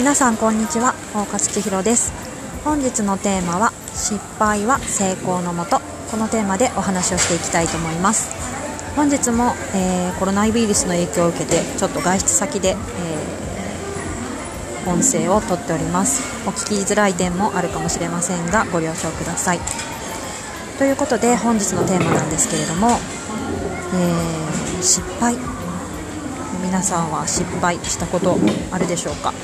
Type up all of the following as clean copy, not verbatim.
皆さんこんにちは、大岡千尋です。本日のテーマは失敗は成功のもと、このテーマでお話をしていきたいと思います。本日も、コロナウイルスの影響を受けてちょっと外出先で、音声をとっております。お聞きづらい点もあるかもしれませんがご了承ください。ということで本日のテーマなんですけれども、失敗、皆さんは失敗したことあるでしょうか。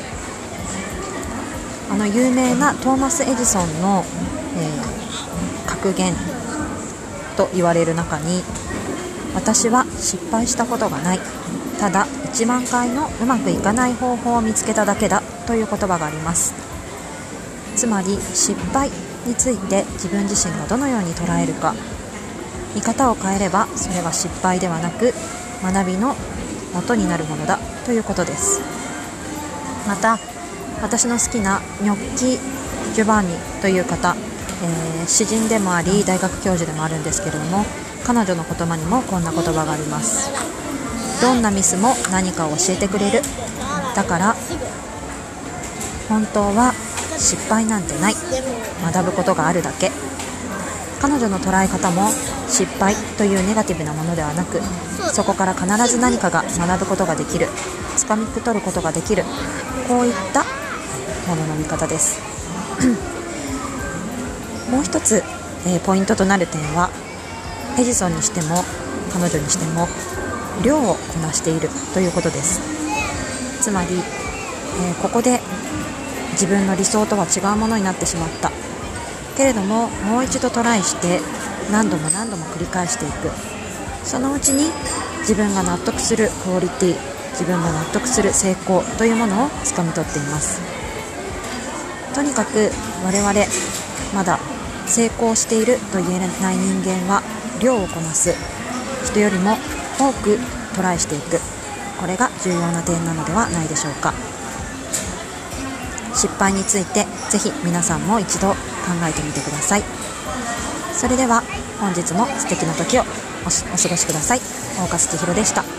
有名なトーマス・エジソンの、格言と言われる中に、私は失敗したことがない、ただ1万回のうまくいかない方法を見つけただけだという言葉があります。つまり失敗について自分自身がどのように捉えるか、見方を変えればそれは失敗ではなく学びの元になるものだということです。また私の好きなニョッキ・ジョバンニという方、詩人でもあり大学教授でもあるんですけれども、彼女の言葉にもこんな言葉があります。どんなミスも何かを教えてくれる。だから本当は失敗なんてない、学ぶことがあるだけ。彼女の捉え方も失敗というネガティブなものではなく、そこから必ず何かが学ぶことができる、掴み取ることができる、こういったものの見方です。もう一つ、ポイントとなる点は、エジソンにしても彼女にしても量をこなしているということです。つまり、ここで自分の理想とは違うものになってしまったけれども、もう一度トライして何度も何度も繰り返していく。そのうちに自分が納得するクオリティ、自分が納得する成功というものをつかみ取っています。とにかく我々まだ成功していると言えない人間は量をこなす、人よりも多くトライしていく、これが重要な点なのではないでしょうか。失敗についてぜひ皆さんも一度考えてみてください。それでは本日も素敵な時をお過ごしください。大岡千尋でした。